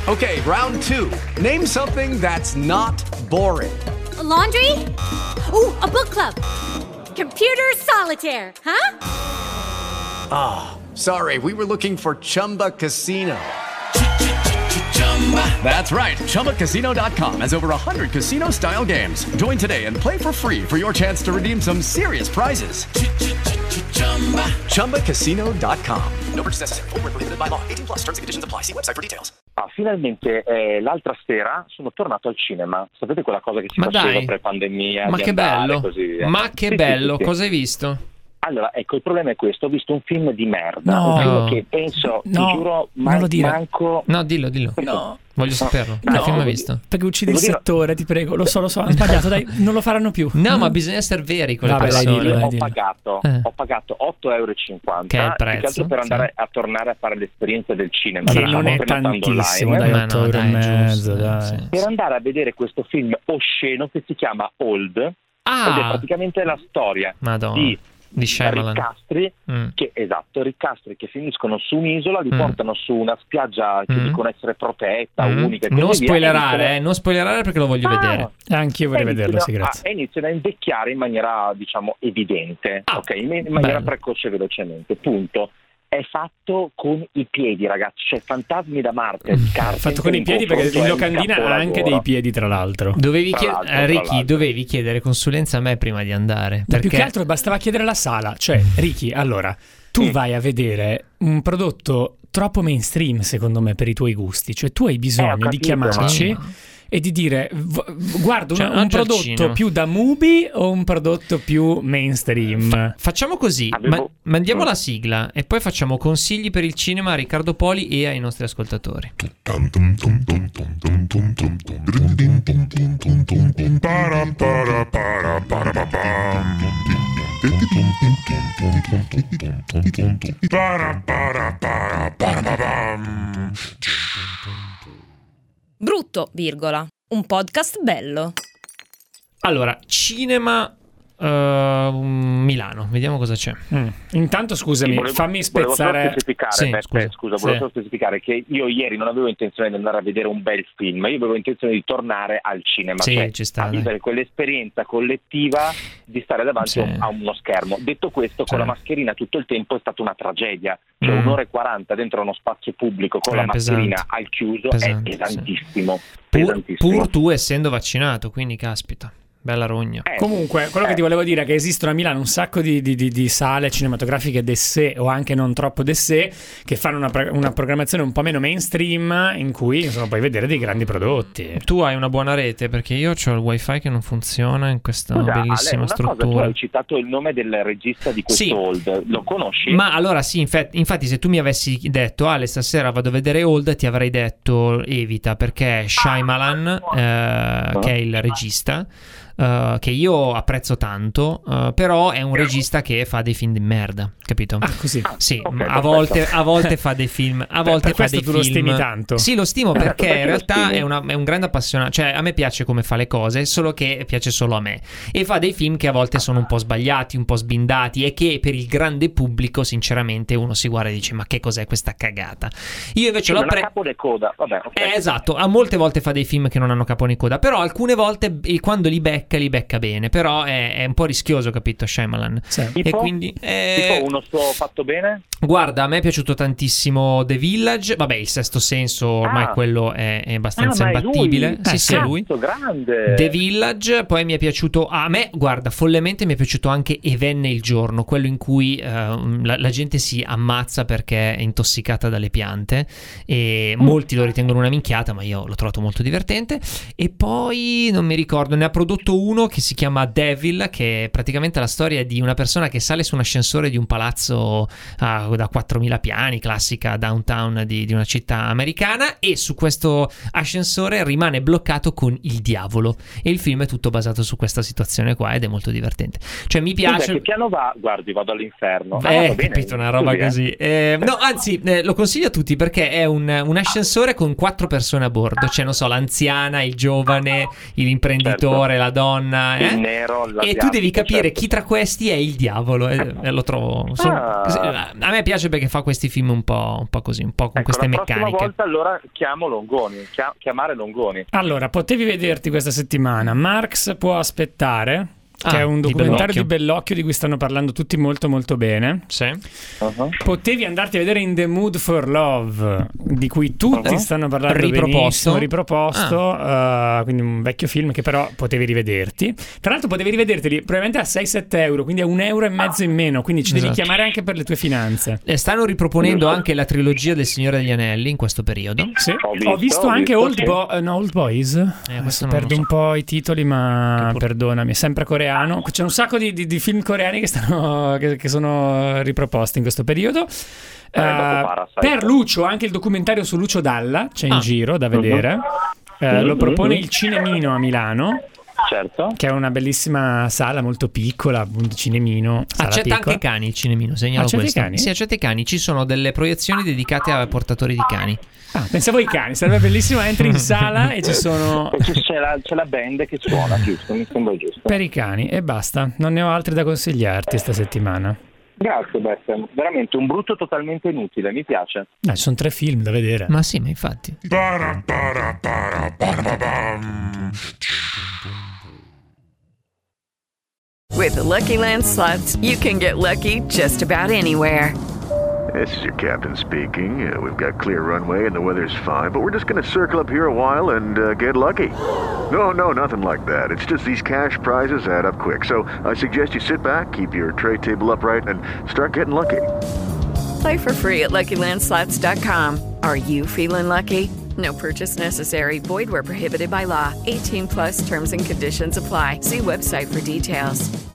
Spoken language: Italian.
Okay, round 2. Name something that's not boring. A laundry? Ooh, a book club. Computer solitaire, huh? Ah, sorry, we were looking for Chumba Casino. That's right, ChumbaCasino.com has over 100 casino-style games. Join today and play for free for your chance to redeem some serious prizes. ChumbaCasino.com. No purchase necessary. Void where prohibited by law. 18+ terms and conditions apply. See website for details. Finalmente l'altra sera sono tornato al cinema. Sapete quella cosa che si faceva pre-pandemia? Ma che bello! Così via. Ma che bello! Sì. Cosa hai visto? Allora, ecco, il problema è questo: ho visto un film di merda. No. Un film che penso, ti giuro, non lo dire. manco. No, dillo. No. Voglio saperlo. Che film hai visto? Perché uccidi il settore, ti prego. Lo so, hanno sbagliato, dai, non lo faranno più. No, ma bisogna essere veri con le persone. Ho pagato 8,50 euro. Che è il prezzo per andare a tornare a fare l'esperienza del cinema. Che non è tantissimo, dai, 8,50 euro. Dai. Per andare a vedere questo film osceno che si chiama Old. Ed è praticamente la storia di Shyamalan. Riccastri che finiscono su un'isola, li portano su una spiaggia che dicono essere protetta, unica. Non spoilerare perché lo voglio vedere. Anche io vorrei vederlo, sì, grazie. E iniziano a invecchiare in maniera, diciamo, evidente, in maniera precoce e velocemente. Punto. È fatto con i piedi, ragazzi. C'è Fantasmi da Marte. Fatto con i piedi perché il locandina ha anche dei piedi, tra l'altro. Ricky, dovevi chiedere consulenza a me prima di andare. Perché più che altro bastava chiedere la sala. Cioè, Ricky, allora, tu vai a vedere un prodotto troppo mainstream, secondo me, per i tuoi gusti. Cioè, tu hai bisogno di chiamarci e di dire guarda, un prodotto più da movie o un prodotto più mainstream. Facciamo così, mandiamo la sigla e poi facciamo consigli per il cinema a Riccardo Poli e ai nostri ascoltatori. Brutto, virgola. Un podcast bello. Allora, cinema Milano, vediamo cosa c'è. Intanto scusami, fammi spezzare. Volevo specificare che io ieri non avevo intenzione di andare a vedere un bel film, io avevo intenzione di tornare al cinema, a vivere quell'esperienza collettiva di stare davanti a uno schermo. Detto questo, con la mascherina tutto il tempo è stata una tragedia. Cioè 1:40 dentro uno spazio pubblico con la mascherina al chiuso è pesantissimo. Pur tu essendo vaccinato, quindi caspita. Bella rogna. Comunque, quello che ti volevo dire è che esistono a Milano un sacco di sale cinematografiche d'essè o anche non troppo d'essè che fanno una programmazione un po' meno mainstream in cui puoi vedere dei grandi prodotti. Tu hai una buona rete, perché io ho il wifi che non funziona in questa bellissima struttura. Tu hai citato il nome del regista di questo Old, lo conosci? Ma allora sì, infatti se tu mi avessi detto Ale stasera vado a vedere Old, ti avrei detto evita, perché è Shyamalan che è il regista, che io apprezzo tanto, però è un regista che fa dei film di merda, capito? Così. Sì, a volte fa dei film, a volte fa dei film. Lo stimi tanto. Sì, lo stimo perché in realtà è un grande appassionato, cioè a me piace come fa le cose, solo che piace solo a me, e fa dei film che a volte sono un po' sbagliati, un po' sbindati, e che per il grande pubblico sinceramente uno si guarda e dice ma che cos'è questa cagata. Io invece non ha capo né coda. Vabbè, esatto, a molte volte fa dei film che non hanno capo né coda, però alcune volte quando li becca bene, però è un po' rischioso, capito, Shyamalan. E quindi tipo uno suo fatto bene? Guarda, a me è piaciuto tantissimo The Village, vabbè, Il Sesto Senso ormai quello è abbastanza imbattibile. Sì, lui. Grande. The Village, poi mi è piaciuto, a me, guarda, follemente mi è piaciuto anche E venne il giorno, quello in cui la gente si ammazza perché è intossicata dalle piante, e molti lo ritengono una minchiata, ma io l'ho trovato molto divertente. E poi non mi ricordo, ne ha prodotto uno che si chiama Devil, che è praticamente la storia di una persona che sale su un ascensore di un palazzo da 4.000 piani, classica downtown di una città americana, e su questo ascensore rimane bloccato con il diavolo, e il film è tutto basato su questa situazione qua ed è molto divertente. Cioè mi piace. Che piano va? Guardi, vado all'inferno. Capito, una roba così. No, anzi, lo consiglio a tutti perché è un ascensore con 4 persone a bordo, cioè non so, l'anziana, il giovane, l'imprenditore, la donna. donna, il nero, e tu devi capire chi tra questi è il diavolo, e lo trovo a me piace perché fa questi film un po' così, un po' con queste meccaniche. La prossima volta allora chiamare Longoni. Allora, potevi vederti questa settimana Marx può aspettare, che è un documentario di Bellocchio di cui stanno parlando tutti molto molto bene. Sì. Potevi andarti a vedere In the Mood for Love, di cui tutti stanno parlando riproposto, quindi un vecchio film che però potevi rivederti. Tra l'altro potevi rivederteli probabilmente a 6-7 euro, quindi a €1,50 in meno, quindi ci devi chiamare anche per le tue finanze. Stanno riproponendo anche la trilogia del Signore degli Anelli in questo periodo. Sì. Ho visto anche Old Boys. Perdo un po' i titoli, ma perdonami, è sempre coreano. C'è un sacco di film coreani che sono riproposti in questo periodo. Per Lucio, anche il documentario su Lucio Dalla c'è in giro da vedere. Lo propone il Cinemino a Milano. Certo. Che è una bellissima sala molto piccola, appunto, Cinemino. Accetta anche cani il Cinemino, segnalo questo. Cani? Sì, accetta i cani, ci sono delle proiezioni dedicate a portatori di cani. Pensavo ai cani, sarebbe bellissimo, entri in sala e ci sono... C'è la band che suona, giusto? Mi sembra giusto. Per i cani, e basta, non ne ho altri da consigliarti sta settimana. Grazie Beth, veramente un brutto totalmente inutile, mi piace. Ci sono 3 film da vedere. Ma sì, ma infatti. With the Lucky Land Slots, you can get lucky just about anywhere. This is your captain speaking. We've got clear runway and the weather's fine, but we're just going to circle up here a while and get lucky. No, nothing like that. It's just these cash prizes add up quick. So I suggest you sit back, keep your tray table upright, and start getting lucky. Play for free at LuckyLandSlots.com. Are you feeling lucky? No purchase necessary. Void where prohibited by law. 18+ terms and conditions apply. See website for details.